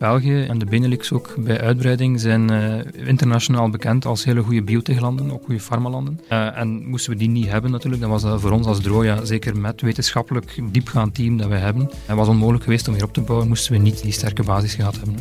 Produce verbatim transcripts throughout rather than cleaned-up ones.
België en de Benelux ook bij uitbreiding zijn uh, internationaal bekend als hele goede biotechlanden, ook goede farmalanden. Uh, en moesten we die niet hebben natuurlijk, dan was dat voor ons als Droya, zeker met wetenschappelijk diepgaand team dat wij hebben, het was onmogelijk geweest om hier op te bouwen, moesten we niet die sterke basis gehad hebben.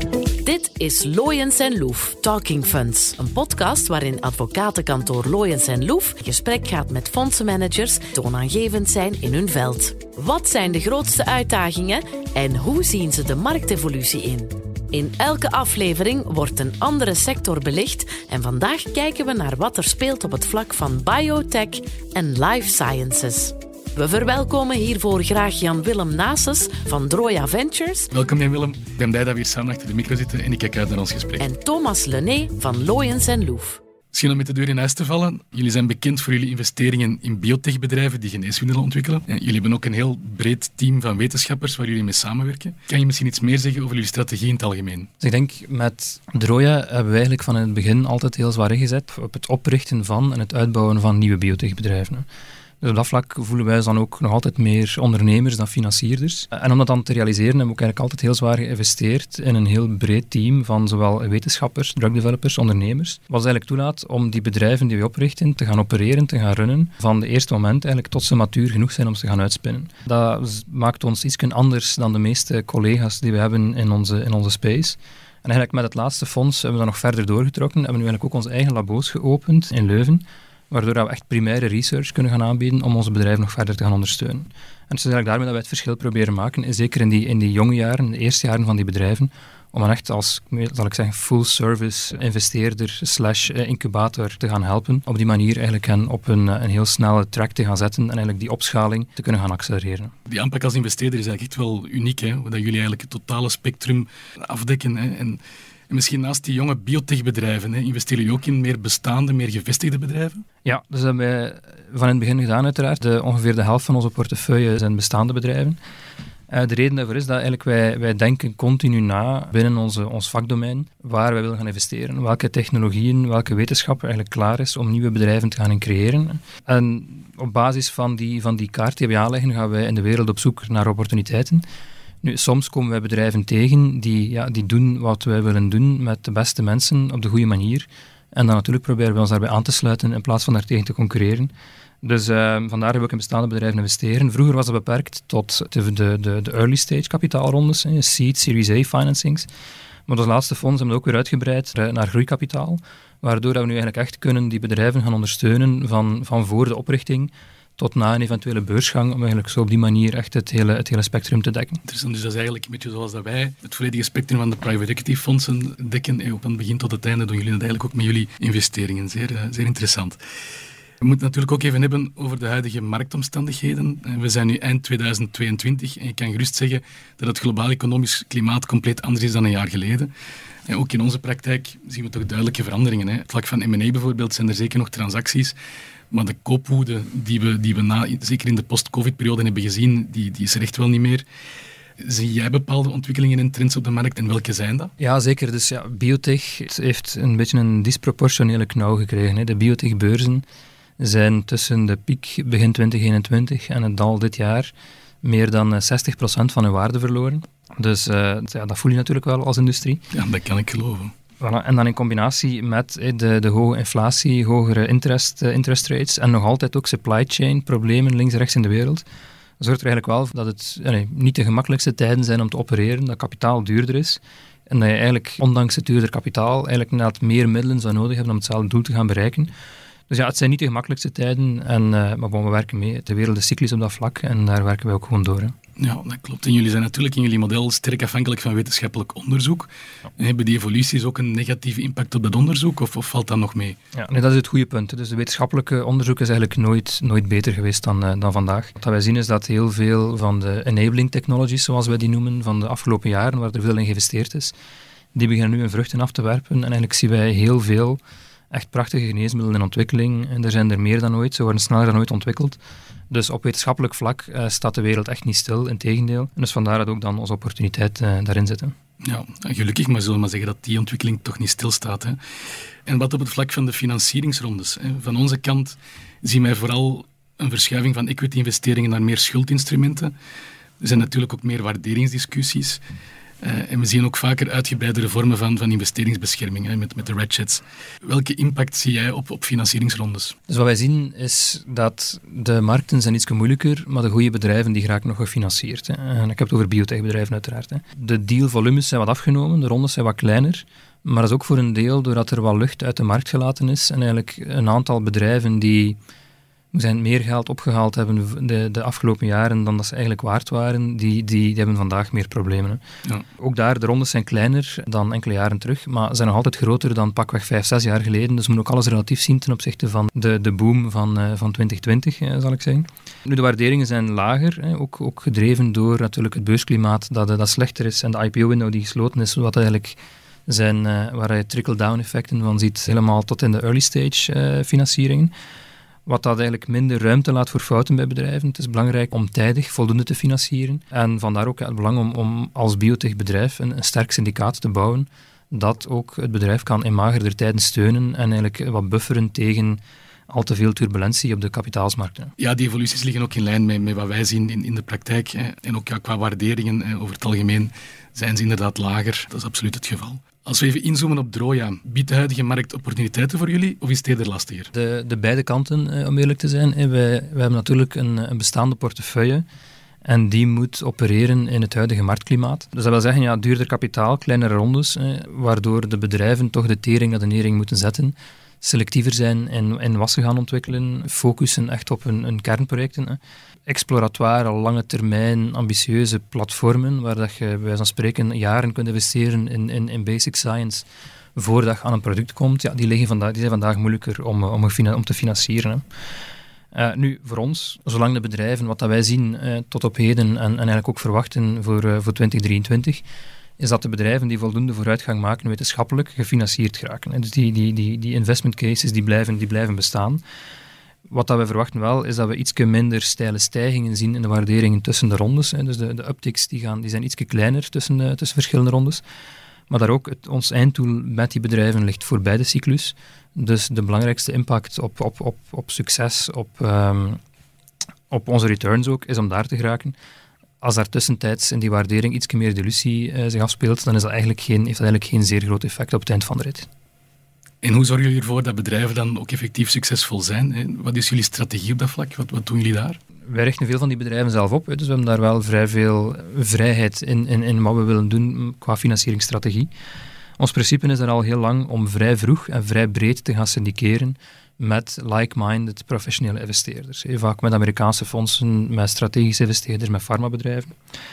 Dit is Looyens en Loef, Talking Funds. Een podcast waarin advocatenkantoor Looyens en Loef in gesprek gaat met fondsenmanagers die toonaangevend zijn in hun veld. Wat zijn de grootste uitdagingen en hoe zien ze de marktevolutie in? In elke aflevering wordt een andere sector belicht en vandaag kijken we naar wat er speelt op het vlak van biotech en life sciences. We verwelkomen hiervoor graag Jan-Willem Nases van Droya Ventures. Welkom Jan-Willem. Ik ben blij dat we hier samen achter de micro zitten en ik kijk uit naar ons gesprek. En Thomas Lené van Looyens en Loef. Misschien om met de deur in huis te vallen. Jullie zijn bekend voor jullie investeringen in biotechbedrijven die geneesmiddelen ontwikkelen. En jullie hebben ook een heel breed team van wetenschappers waar jullie mee samenwerken. Kan je misschien iets meer zeggen over jullie strategie in het algemeen? Dus ik denk, met Droya hebben we eigenlijk van het begin altijd heel zwaar ingezet op het oprichten van en het uitbouwen van nieuwe biotechbedrijven. Dus op dat vlak voelen wij ons dan ook nog altijd meer ondernemers dan financierders. En om dat dan te realiseren hebben we ook eigenlijk altijd heel zwaar geïnvesteerd in een heel breed team van zowel wetenschappers, drugdevelopers, ondernemers. Wat eigenlijk toelaat om die bedrijven die we oprichten te gaan opereren, te gaan runnen, van het eerste moment eigenlijk tot ze matuur genoeg zijn om ze te gaan uitspinnen. Dat maakt ons iets anders dan de meeste collega's die we hebben in onze, in onze space. En eigenlijk met het laatste fonds hebben we dat nog verder doorgetrokken. Hebben we eigenlijk ook onze eigen labo's geopend in Leuven, waardoor we echt primaire research kunnen gaan aanbieden om onze bedrijven nog verder te gaan ondersteunen. En het is eigenlijk daarmee dat wij het verschil proberen maken, en zeker in die, in die jonge jaren, de eerste jaren van die bedrijven, om dan echt als, zal ik zeggen, full-service investeerder slash incubator te gaan helpen. Op die manier eigenlijk hen op een, een heel snelle track te gaan zetten en eigenlijk die opschaling te kunnen gaan accelereren. Die aanpak als investeerder is eigenlijk echt wel uniek, hè? Dat jullie eigenlijk het totale spectrum afdekken. Hè? En En misschien naast die jonge biotechbedrijven, hè, investeren jullie ook in meer bestaande, meer gevestigde bedrijven? Ja, dus dat hebben wij van in het begin gedaan uiteraard. De, ongeveer de helft van onze portefeuille zijn bestaande bedrijven. Uh, de reden daarvoor is dat eigenlijk wij, wij denken continu na binnen onze, ons vakdomein waar wij willen gaan investeren. Welke technologieën, welke wetenschap eigenlijk klaar is om nieuwe bedrijven te gaan creëren. En op basis van die, van die kaart die we aanleggen gaan wij in de wereld op zoek naar opportuniteiten. Nu, soms komen wij bedrijven tegen die, ja, die doen wat wij willen doen met de beste mensen op de goede manier. En dan natuurlijk proberen we ons daarbij aan te sluiten in plaats van daartegen te concurreren. Dus uh, vandaar hebben we ook in bestaande bedrijven investeren. Vroeger was dat beperkt tot de, de, de, de early stage kapitaalrondes, hè, seed, series A financings. Maar ons laatste fonds hebben we ook weer uitgebreid naar groeikapitaal, waardoor we nu eigenlijk echt kunnen die bedrijven gaan ondersteunen van, van voor de oprichting tot na een eventuele beursgang, om eigenlijk zo op die manier echt het hele, het hele spectrum te dekken. Interessant, dus dat is eigenlijk een beetje zoals dat wij het volledige spectrum van de private equity fondsen dekken. En op het begin tot het einde doen jullie dat eigenlijk ook met jullie investeringen. Zeer, zeer interessant. We moeten natuurlijk ook even hebben over de huidige marktomstandigheden. We zijn nu eind tweeduizend tweeëntwintig en je kan gerust zeggen dat het globaal economisch klimaat compleet anders is dan een jaar geleden. En ook in onze praktijk zien we toch duidelijke veranderingen. Hè. Op het vlak van M en A bijvoorbeeld zijn er zeker nog transacties. Maar de koopwoede die we, die we na, zeker in de post-covid-periode hebben gezien, die, die is er echt wel niet meer. Zie jij bepaalde ontwikkelingen en trends op de markt en welke zijn dat? Ja, zeker. Dus ja, biotech heeft een beetje een disproportionele knauw gekregen. Hè. De biotechbeurzen zijn tussen de piek begin twintig eenentwintig en het dal dit jaar meer dan zestig procent van hun waarde verloren. Dus uh, ja, dat voel je natuurlijk wel als industrie. Ja, dat kan ik geloven. Voilà. En dan in combinatie met de, de hoge inflatie, hogere interest, uh, interest rates en nog altijd ook supply chain problemen links en rechts in de wereld, zorgt er eigenlijk wel dat het uh, nee, niet de gemakkelijkste tijden zijn om te opereren, dat kapitaal duurder is en dat je eigenlijk, ondanks het duurder kapitaal, eigenlijk net meer middelen zou nodig hebben om hetzelfde doel te gaan bereiken. Dus ja, het zijn niet de gemakkelijkste tijden, en, uh, maar bon, we werken mee. De wereld is cyclisch op dat vlak en daar werken wij ook gewoon door. Hè. Ja, dat klopt. En jullie zijn natuurlijk in jullie model sterk afhankelijk van wetenschappelijk onderzoek. Ja. Hebben die evoluties ook een negatieve impact op dat onderzoek, of, of valt dat nog mee? Ja, nee, dat is het goede punt. Dus de wetenschappelijke onderzoek is eigenlijk nooit, nooit beter geweest dan, uh, dan vandaag. Wat wij zien is dat heel veel van de enabling technologies, zoals wij die noemen, van de afgelopen jaren, waar er veel in geïnvesteerd is, die beginnen nu hun vruchten af te werpen. En eigenlijk zien wij heel veel echt prachtige geneesmiddelen in ontwikkeling. En er zijn er meer dan ooit, ze worden sneller dan ooit ontwikkeld. Dus op wetenschappelijk vlak uh, staat de wereld echt niet stil, integendeel. En dus vandaar dat ook dan onze opportuniteit uh, daarin zit. Hè. Ja, gelukkig, maar zullen we maar zeggen dat die ontwikkeling toch niet stilstaat. Hè. En wat op het vlak van de financieringsrondes? Hè. Van onze kant zien wij vooral een verschuiving van equity-investeringen naar meer schuldinstrumenten. Er zijn natuurlijk ook meer waarderingsdiscussies. Uh, en we zien ook vaker uitgebreidere vormen van, van investeringsbescherming, hè, met, met de ratchets. Welke impact zie jij op, op financieringsrondes? Dus wat wij zien is dat de markten zijn iets moeilijker, maar de goede bedrijven die geraken nog gefinancierd. Hè. En ik heb het over biotechbedrijven uiteraard. Hè. De dealvolumes zijn wat afgenomen, de rondes zijn wat kleiner. Maar dat is ook voor een deel doordat er wat lucht uit de markt gelaten is. En eigenlijk een aantal bedrijven die zijn meer geld opgehaald hebben de, de afgelopen jaren dan dat ze eigenlijk waard waren, die, die, die hebben vandaag meer problemen. Hè. Ja. Ook daar, de rondes zijn kleiner dan enkele jaren terug, maar zijn nog altijd groter dan pakweg vijf, zes jaar geleden. Dus we moeten ook alles relatief zien ten opzichte van de, de boom van, uh, van twintig twintig, uh, zal ik zeggen. Nu, de waarderingen zijn lager, hè, ook, ook gedreven door natuurlijk het beursklimaat dat, dat slechter is en de I P O-window die gesloten is, wat eigenlijk zijn, uh, waar je trickle-down effecten van ziet, helemaal tot in de early stage uh, financieringen. Wat dat eigenlijk minder ruimte laat voor fouten bij bedrijven. Het is belangrijk om tijdig voldoende te financieren. En vandaar ook het belang om, om als biotechbedrijf een, een sterk syndicaat te bouwen, dat ook het bedrijf kan in magerder tijden steunen en eigenlijk wat bufferen tegen al te veel turbulentie op de kapitaalsmarkten. Ja, die evoluties liggen ook in lijn met, met wat wij zien in, in de praktijk. Hè. En ook ja, qua waarderingen, hè, over het algemeen zijn ze inderdaad lager. Dat is absoluut het geval. Als we even inzoomen op Droya, biedt de huidige markt opportuniteiten voor jullie of is het eerder lastiger? De, de beide kanten, eh, om eerlijk te zijn. Eh, wij, wij hebben natuurlijk een, een bestaande portefeuille en die moet opereren in het huidige marktklimaat. Dus dat wil zeggen, ja, duurder kapitaal, kleinere rondes, eh, waardoor de bedrijven toch de tering naar de nering moeten zetten, selectiever zijn en, en wassen gaan ontwikkelen, focussen echt op hun, hun kernprojecten. Hè. Exploratoire, lange termijn, ambitieuze platformen, waar dat je bij wijze van spreken jaren kunt investeren in, in, in basic science voordat je aan een product komt, ja, die, liggen vandaag, die zijn vandaag moeilijker om, om, om te financieren. Hè. Uh, nu, voor ons, zolang de bedrijven, wat dat wij zien uh, tot op heden en, en eigenlijk ook verwachten voor, uh, voor twintig drieëntwintig, is dat de bedrijven die voldoende vooruitgang maken wetenschappelijk gefinancierd geraken. En dus die, die, die, die investment cases die blijven, die blijven bestaan. Wat dat we verwachten wel, is dat we iets minder steile stijgingen zien in de waarderingen tussen de rondes. Dus de, de upticks die gaan, die zijn iets kleiner tussen, uh, tussen verschillende rondes. Maar daar ook, het, ons einddoel met die bedrijven ligt voorbij de cyclus. Dus de belangrijkste impact op, op, op, op succes, op, um, op onze returns ook, is om daar te geraken. Als daar tussentijds in die waardering iets meer dilutie uh, zich afspeelt, dan is dat eigenlijk geen, heeft dat eigenlijk geen zeer groot effect op het eind van de rit. En hoe zorgen jullie ervoor dat bedrijven dan ook effectief succesvol zijn? Wat is jullie strategie op dat vlak? Wat, wat doen jullie daar? Wij richten veel van die bedrijven zelf op, dus we hebben daar wel vrij veel vrijheid in, in, in wat we willen doen qua financieringsstrategie. Ons principe is er al heel lang om vrij vroeg en vrij breed te gaan syndiceren met like-minded professionele investeerders. Vaak met Amerikaanse fondsen, met strategische investeerders, met farmabedrijven.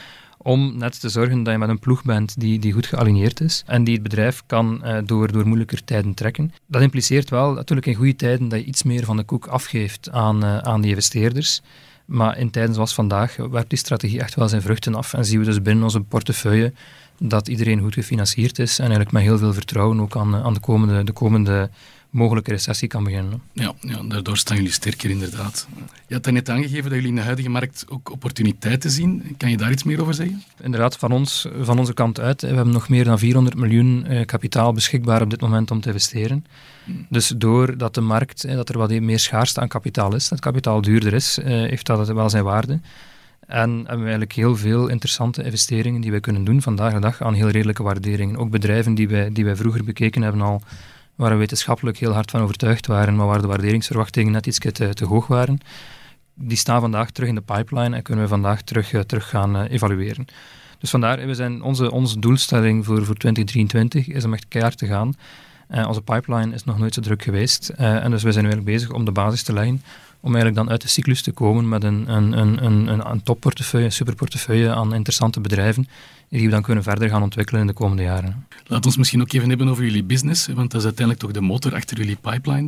Om net te zorgen dat je met een ploeg bent die, die goed gealigneerd is en die het bedrijf kan uh, door, door moeilijker tijden trekken. Dat impliceert wel natuurlijk in goede tijden dat je iets meer van de koek afgeeft aan, uh, aan die investeerders. Maar in tijden zoals vandaag werpt die strategie echt wel zijn vruchten af en zien we dus binnen onze portefeuille dat iedereen goed gefinancierd is en eigenlijk met heel veel vertrouwen ook aan, aan de komende, de komende mogelijke recessie kan beginnen. Ja, ja, daardoor staan jullie sterker inderdaad. Je had net aangegeven dat jullie in de huidige markt ook opportuniteiten zien. Kan je daar iets meer over zeggen? Inderdaad, van, ons, van onze kant uit. We hebben nog meer dan vierhonderd miljoen eh, kapitaal beschikbaar op dit moment om te investeren. Hmm. Dus doordat de markt, eh, dat er wat meer schaarste aan kapitaal is, dat kapitaal duurder is, eh, heeft dat wel zijn waarde. En hebben we eigenlijk heel veel interessante investeringen die wij kunnen doen vandaag de dag aan heel redelijke waarderingen. Ook bedrijven die wij, die wij vroeger bekeken hebben al, waar we wetenschappelijk heel hard van overtuigd waren, maar waar de waarderingsverwachtingen net iets te, te hoog waren, die staan vandaag terug in de pipeline en kunnen we vandaag terug, uh, terug gaan uh, evalueren. Dus vandaar, we zijn onze, onze doelstelling voor, voor twintig drieëntwintig is om echt keihard te gaan. Uh, onze pipeline is nog nooit zo druk geweest uh, en dus we zijn nu eigenlijk bezig om de basis te leggen om eigenlijk dan uit de cyclus te komen met een, een, een, een, een, een topportefeuille, een superportefeuille aan interessante bedrijven die we dan kunnen verder gaan ontwikkelen in de komende jaren. Laat ons misschien ook even hebben over jullie business, want dat is uiteindelijk toch de motor achter jullie pipeline.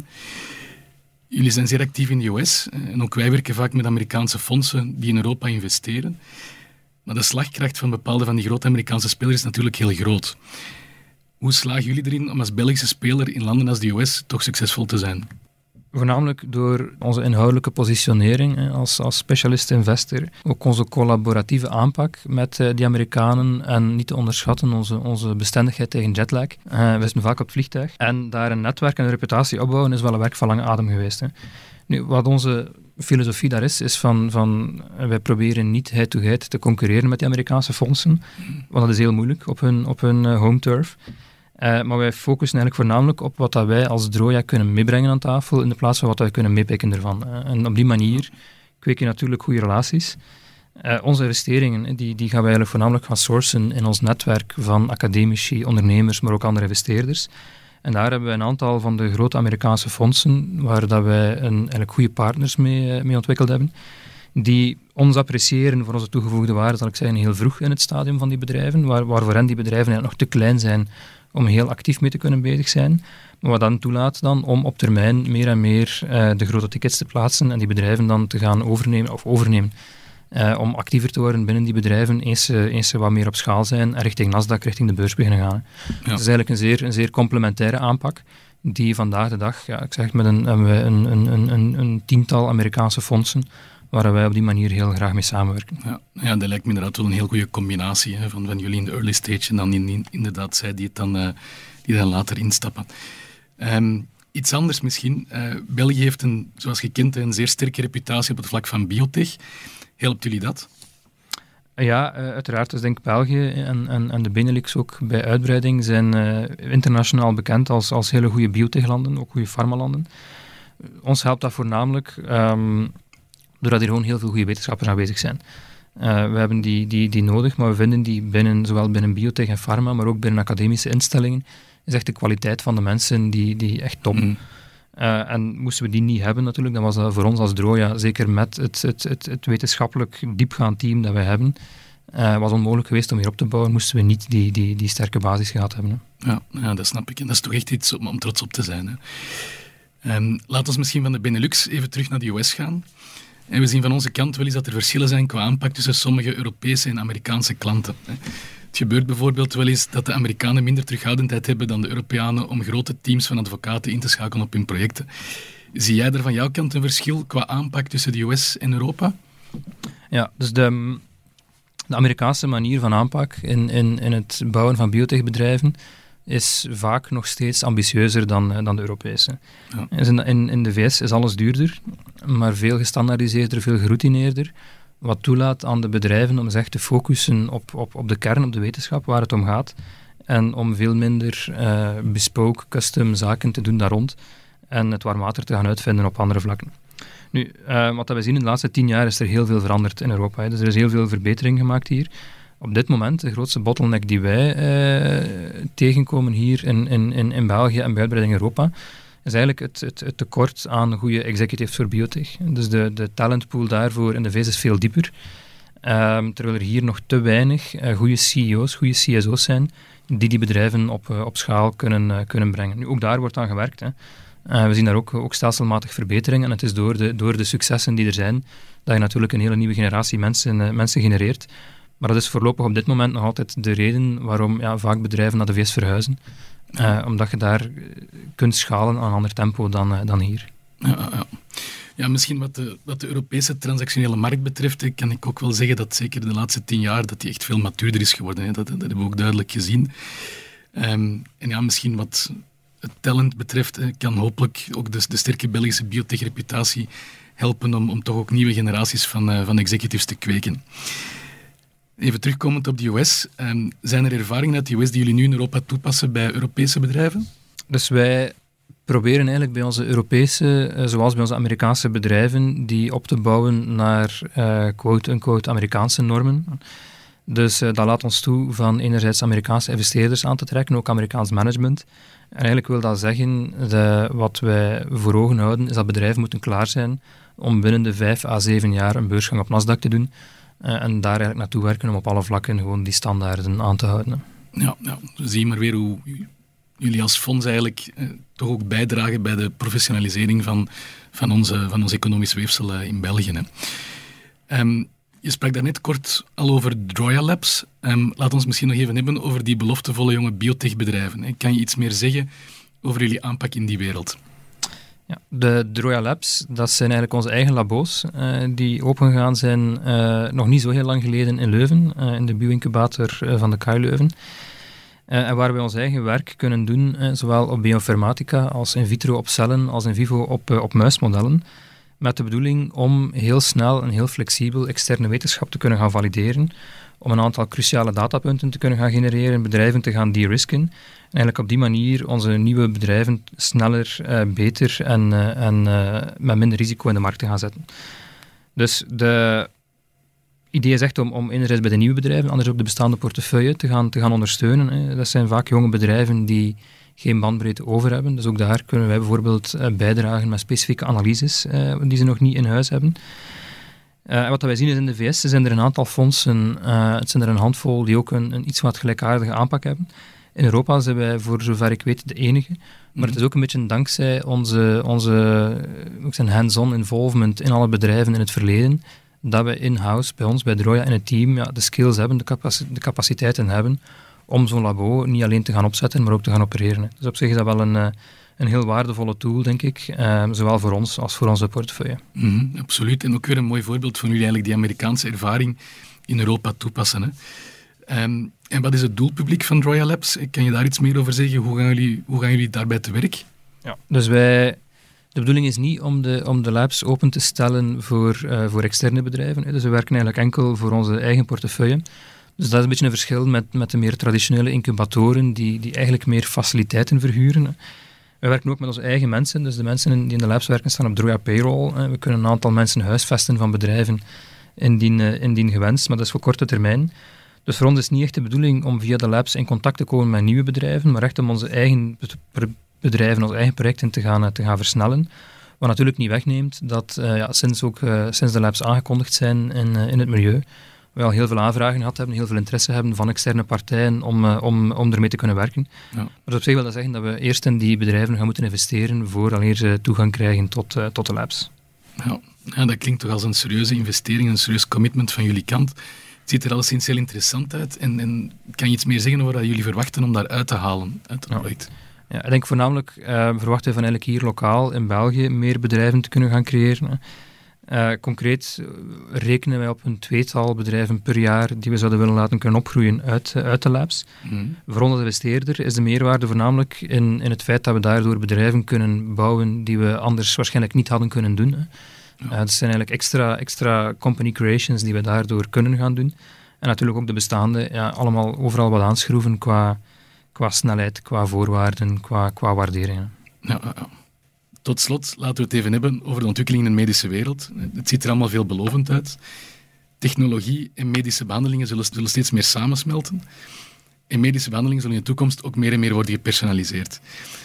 Jullie zijn zeer actief in de U S en ook wij werken vaak met Amerikaanse fondsen die in Europa investeren. Maar de slagkracht van bepaalde van die grote Amerikaanse spelers is natuurlijk heel groot. Hoe slagen jullie erin om als Belgische speler in landen als de U S toch succesvol te zijn? Voornamelijk door onze inhoudelijke positionering als, als specialist-investor. Ook onze collaboratieve aanpak met uh, die Amerikanen en niet te onderschatten onze, onze bestendigheid tegen jetlag. Uh, we zitten vaak op het vliegtuig. En daar een netwerk en een reputatie opbouwen is wel een werk van lange adem geweest. Hè. Nu, wat onze filosofie daar is, is van, van wij proberen niet head-to-head te concurreren met die Amerikaanse fondsen, want dat is heel moeilijk op hun, op hun uh, home turf. Uh, maar wij focussen eigenlijk voornamelijk op wat dat wij als Droya kunnen meebrengen aan tafel, in de plaats van wat wij kunnen meepikken ervan. Uh, en op die manier kweken je natuurlijk goede relaties. Uh, onze investeringen, die, die gaan wij eigenlijk voornamelijk gaan sourcen in ons netwerk van academici, ondernemers, maar ook andere investeerders. En daar hebben we een aantal van de grote Amerikaanse fondsen, waar dat wij een, eigenlijk goede partners mee, mee ontwikkeld hebben, die ons appreciëren voor onze toegevoegde waarde, zal ik zeggen, heel vroeg in het stadium van die bedrijven, waar, waar voor hen die bedrijven eigenlijk nog te klein zijn om heel actief mee te kunnen bezig zijn. Maar wat dan toelaat dan om op termijn meer en meer uh, de grote tickets te plaatsen en die bedrijven dan te gaan overnemen, of overnemen, uh, om actiever te worden binnen die bedrijven, eens ze, eens ze wat meer op schaal zijn en richting Nasdaq, richting de beurs beginnen gaan. Ja. Dat is eigenlijk een zeer, een zeer complementaire aanpak, die vandaag de dag, ja, ik zeg het met een, hebben we een, een, een, een tiental Amerikaanse fondsen, waar wij op die manier heel graag mee samenwerken. Ja, ja, dat lijkt me inderdaad wel een heel goede combinatie, hè, van, van jullie in de early stage en dan in, in, inderdaad zij die, het dan, uh, die dan later instappen. Um, iets anders misschien. Uh, België heeft, een, zoals je kent, een zeer sterke reputatie op het vlak van biotech. Helpt jullie dat? Ja, uh, uiteraard. Dus denk België en, en, en de Benelux ook bij uitbreiding zijn uh, internationaal bekend als, als hele goede biotechlanden, ook goede farmalanden. Ons helpt dat voornamelijk um, doordat hier gewoon heel veel goede wetenschappers aanwezig zijn. Uh, we hebben die, die, die nodig, maar we vinden die binnen, zowel binnen biotech en pharma, maar ook binnen academische instellingen, is echt de kwaliteit van de mensen die, die echt top. Mm. Uh, en moesten we die niet hebben natuurlijk, dan was dat voor ons als Droya, zeker met het, het, het, het wetenschappelijk diepgaand team dat wij hebben, uh, was onmogelijk geweest om hier op te bouwen, moesten we niet die, die, die sterke basis gehad hebben. Hè. Ja, ja, dat snap ik. En dat is toch echt iets om, om trots op te zijn. Hè. Um, laten we misschien van de Benelux even terug naar de U S gaan. En we zien van onze kant wel eens dat er verschillen zijn qua aanpak tussen sommige Europese en Amerikaanse klanten. Het gebeurt bijvoorbeeld wel eens dat de Amerikanen minder terughoudendheid hebben dan de Europeanen om grote teams van advocaten in te schakelen op hun projecten. Zie jij er van jouw kant een verschil qua aanpak tussen de U S en Europa? Ja, dus de, de Amerikaanse manier van aanpak in, in, in het bouwen van biotechbedrijven is vaak nog steeds ambitieuzer dan, dan de Europese. Ja. In, in de V S is alles duurder, maar veel gestandaardiseerder, veel geroutineerder, wat toelaat aan de bedrijven om zich echt te focussen op, op, op de kern, op de wetenschap waar het om gaat, en om veel minder uh, bespoke, custom zaken te doen daar rond en het warm water te gaan uitvinden op andere vlakken. Nu, uh, wat we zien in de laatste tien jaar is er heel veel veranderd in Europa. Hè. Dus er is heel veel verbetering gemaakt hier. Op dit moment, de grootste bottleneck die wij uh, tegenkomen hier in, in, in België en bij uitbreiding in Europa, is eigenlijk het, het, het tekort aan goede executives voor biotech. Dus de, de talentpool daarvoor in de V S is veel dieper. Um, terwijl er hier nog te weinig uh, goede C E O's, goede C S O's zijn, die die bedrijven op, uh, op schaal kunnen, uh, kunnen brengen. Nu, ook daar wordt aan gewerkt. Hè. Uh, we zien daar ook, ook stelselmatig verbeteringen. En het is door de, door de successen die er zijn, dat je natuurlijk een hele nieuwe generatie mensen, uh, mensen genereert. Maar dat is voorlopig op dit moment nog altijd de reden waarom ja, vaak bedrijven naar de V S verhuizen. Uh, omdat je daar kunt schalen aan een ander tempo dan, uh, dan hier. Ja, ja. ja misschien wat de, wat de Europese transactionele markt betreft, kan ik ook wel zeggen dat zeker de laatste tien jaar dat die echt veel matuurder is geworden. Hè. Dat, dat hebben we ook duidelijk gezien. Um, en ja, misschien wat het talent betreft, kan hopelijk ook de, de sterke Belgische biotech-reputatie helpen om, om toch ook nieuwe generaties van, uh, van executives te kweken. Even terugkomend op de U S, um, zijn er ervaringen uit de U S die jullie nu in Europa toepassen bij Europese bedrijven? Dus wij proberen eigenlijk bij onze Europese, uh, zoals bij onze Amerikaanse bedrijven, die op te bouwen naar uh, quote-unquote Amerikaanse normen. Dus uh, dat laat ons toe van enerzijds Amerikaanse investeerders aan te trekken, ook Amerikaans management. En eigenlijk wil dat zeggen, de, wat wij voor ogen houden, is dat bedrijven moeten klaar zijn om binnen de vijf à zeven jaar een beursgang op Nasdaq te doen. Uh, en daar eigenlijk naartoe werken om op alle vlakken gewoon die standaarden aan te houden. Ja, ja, zie je maar weer hoe jullie als fonds eigenlijk eh, toch ook bijdragen bij de professionalisering van, van, onze, van ons economisch weefsel uh, in België. Hè. Um, je sprak daarnet kort al over Droya Labs. Um, laat ons misschien nog even hebben over die beloftevolle jonge biotechbedrijven. Hè. Kan je iets meer zeggen over jullie aanpak in die wereld? Ja, de Droya Labs, dat zijn eigenlijk onze eigen labo's, uh, die opengegaan zijn uh, nog niet zo heel lang geleden in Leuven, uh, in de bio-incubator uh, van de K U Leuven. Uh, en waar wij ons eigen werk kunnen doen, uh, zowel op bioinformatica als in vitro op cellen, als in vivo op, uh, op muismodellen. met de bedoeling om heel snel en heel flexibel externe wetenschap te kunnen gaan valideren, om een aantal cruciale datapunten te kunnen gaan genereren, bedrijven te gaan de-risken, en eigenlijk op die manier onze nieuwe bedrijven sneller, uh, beter en, uh, en uh, met minder risico in de markt te gaan zetten. Dus de idee is echt om, om enerzijds bij de nieuwe bedrijven, anders ook de bestaande portefeuille te gaan, te gaan ondersteunen. Hè. Dat zijn vaak jonge bedrijven die geen bandbreedte over hebben. Dus ook daar kunnen wij bijvoorbeeld uh, bijdragen met specifieke analyses uh, die ze nog niet in huis hebben. Uh, wat wij zien is in de V S zijn er een aantal fondsen, uh, het zijn er een handvol die ook een, een iets wat gelijkaardige aanpak hebben. In Europa zijn wij voor zover ik weet de enige. Maar mm-hmm. het is ook een beetje dankzij onze, onze hands-on involvement in alle bedrijven in het verleden, dat we in-house bij ons, bij Droya in het team, ja, de skills hebben, de, capaci- de capaciteiten hebben om zo'n labo niet alleen te gaan opzetten, maar ook te gaan opereren. Dus op zich is dat wel een, een heel waardevolle tool, denk ik, uh, zowel voor ons als voor onze portefeuille. Mm-hmm, absoluut. En ook weer een mooi voorbeeld van jullie eigenlijk die Amerikaanse ervaring in Europa toepassen. Hè. Um, en wat is het doelpubliek van Droya Labs? Kan je daar iets meer over zeggen? Hoe gaan jullie, hoe gaan jullie daarbij te werk? Ja, dus wij... De bedoeling is niet om de, om de labs open te stellen voor, uh, voor externe bedrijven. Hè. Dus we werken eigenlijk enkel voor onze eigen portefeuille. Dus dat is een beetje een verschil met, met de meer traditionele incubatoren die, die eigenlijk meer faciliteiten verhuren. Hè. We werken ook met onze eigen mensen. Dus de mensen die in de labs werken staan op Droya Payroll. Hè. We kunnen een aantal mensen huisvesten van bedrijven indien, uh, indien gewenst, maar dat is voor korte termijn. Dus voor ons is het niet echt de bedoeling om via de labs in contact te komen met nieuwe bedrijven, maar echt om onze eigen bedrijven, onze eigen projecten te gaan, te gaan versnellen. Wat natuurlijk niet wegneemt dat uh, ja, sinds, ook, uh, sinds de labs aangekondigd zijn in, uh, in het milieu, we al heel veel aanvragen gehad hebben, heel veel interesse hebben van externe partijen om, uh, om, om ermee te kunnen werken. Ja. Maar op zich wil dat zeggen dat we eerst in die bedrijven gaan moeten investeren vooraleer ze toegang krijgen tot, uh, tot de labs. Ja. Ja, dat klinkt toch als een serieuze investering, een serieus commitment van jullie kant. Het ziet er alleszins heel interessant uit. En, en kan je iets meer zeggen over wat jullie verwachten om daar uit te halen uit het ja. project? Ja, ik denk voornamelijk uh, verwachten we van eigenlijk hier lokaal in België meer bedrijven te kunnen gaan creëren. Uh, concreet rekenen wij op een tweetal bedrijven per jaar die we zouden willen laten kunnen opgroeien uit, uh, uit de labs. Mm. Voor ons als investeerder is de meerwaarde voornamelijk in, in het feit dat we daardoor bedrijven kunnen bouwen die we anders waarschijnlijk niet hadden kunnen doen. Hè. Ja. Uh, dat zijn eigenlijk extra, extra company creations die we daardoor kunnen gaan doen. En natuurlijk ook de bestaande, ja, allemaal overal wat aanschroeven qua, qua snelheid, qua voorwaarden, qua, qua waarderingen. Ja, ja. Tot slot, laten we het even hebben over de ontwikkeling in de medische wereld. Het ziet er allemaal veelbelovend uit. Technologie en medische behandelingen zullen, zullen steeds meer samensmelten. En medische behandelingen zullen in de toekomst ook meer en meer worden gepersonaliseerd.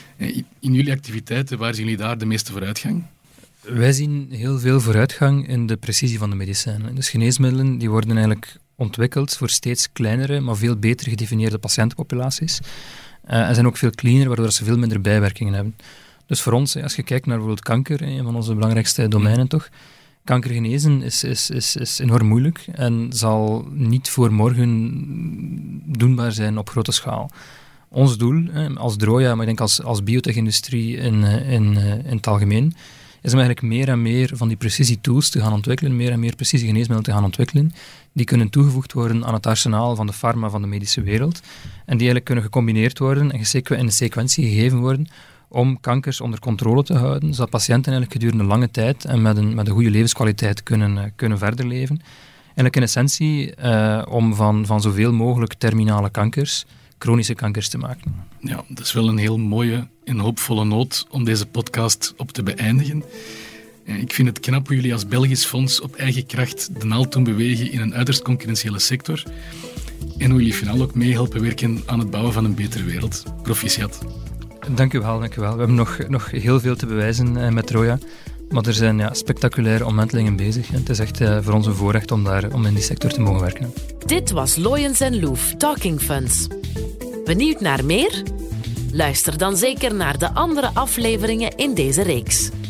In jullie activiteiten, waar zien jullie daar de meeste vooruitgang? Wij zien heel veel vooruitgang in de precisie van de medicijnen. Dus geneesmiddelen die worden eigenlijk ontwikkeld voor steeds kleinere, maar veel beter gedefinieerde patiëntenpopulaties. Uh, en zijn ook veel cleaner, waardoor ze veel minder bijwerkingen hebben. Dus voor ons, als je kijkt naar bijvoorbeeld kanker, een van onze belangrijkste domeinen toch, kanker genezen is, is, is, is enorm moeilijk en zal niet voor morgen doenbaar zijn op grote schaal. Ons doel, als Droya, maar ik denk als, als biotech-industrie in, in, in het algemeen, is om eigenlijk meer en meer van die precisie-tools te gaan ontwikkelen, meer en meer precisiegeneesmiddelen te gaan ontwikkelen, die kunnen toegevoegd worden aan het arsenaal van de pharma van de medische wereld, en die eigenlijk kunnen gecombineerd worden en gesequ- in een sequentie gegeven worden om kankers onder controle te houden, zodat patiënten eigenlijk gedurende lange tijd en met een, met een goede levenskwaliteit kunnen, uh, kunnen verder leven. Eigenlijk in essentie uh, om van, van zoveel mogelijk terminale kankers chronische kankers te maken. Ja, dat is wel een heel mooie en hoopvolle noot om deze podcast op te beëindigen. Ik vind het knap hoe jullie als Belgisch fonds op eigen kracht de naald doen bewegen in een uiterst concurrentiële sector en hoe jullie finaal ook meehelpen werken aan het bouwen van een betere wereld. Proficiat. Dank u wel, dank u wel. We hebben nog, nog heel veel te bewijzen uh, met Droya, maar er zijn ja, spectaculaire omwentelingen bezig. En het is echt uh, voor ons een voorrecht om, daar, om in die sector te mogen werken. Dit was Loyens en Loef, Talking Funds. Benieuwd naar meer? Luister dan zeker naar de andere afleveringen in deze reeks.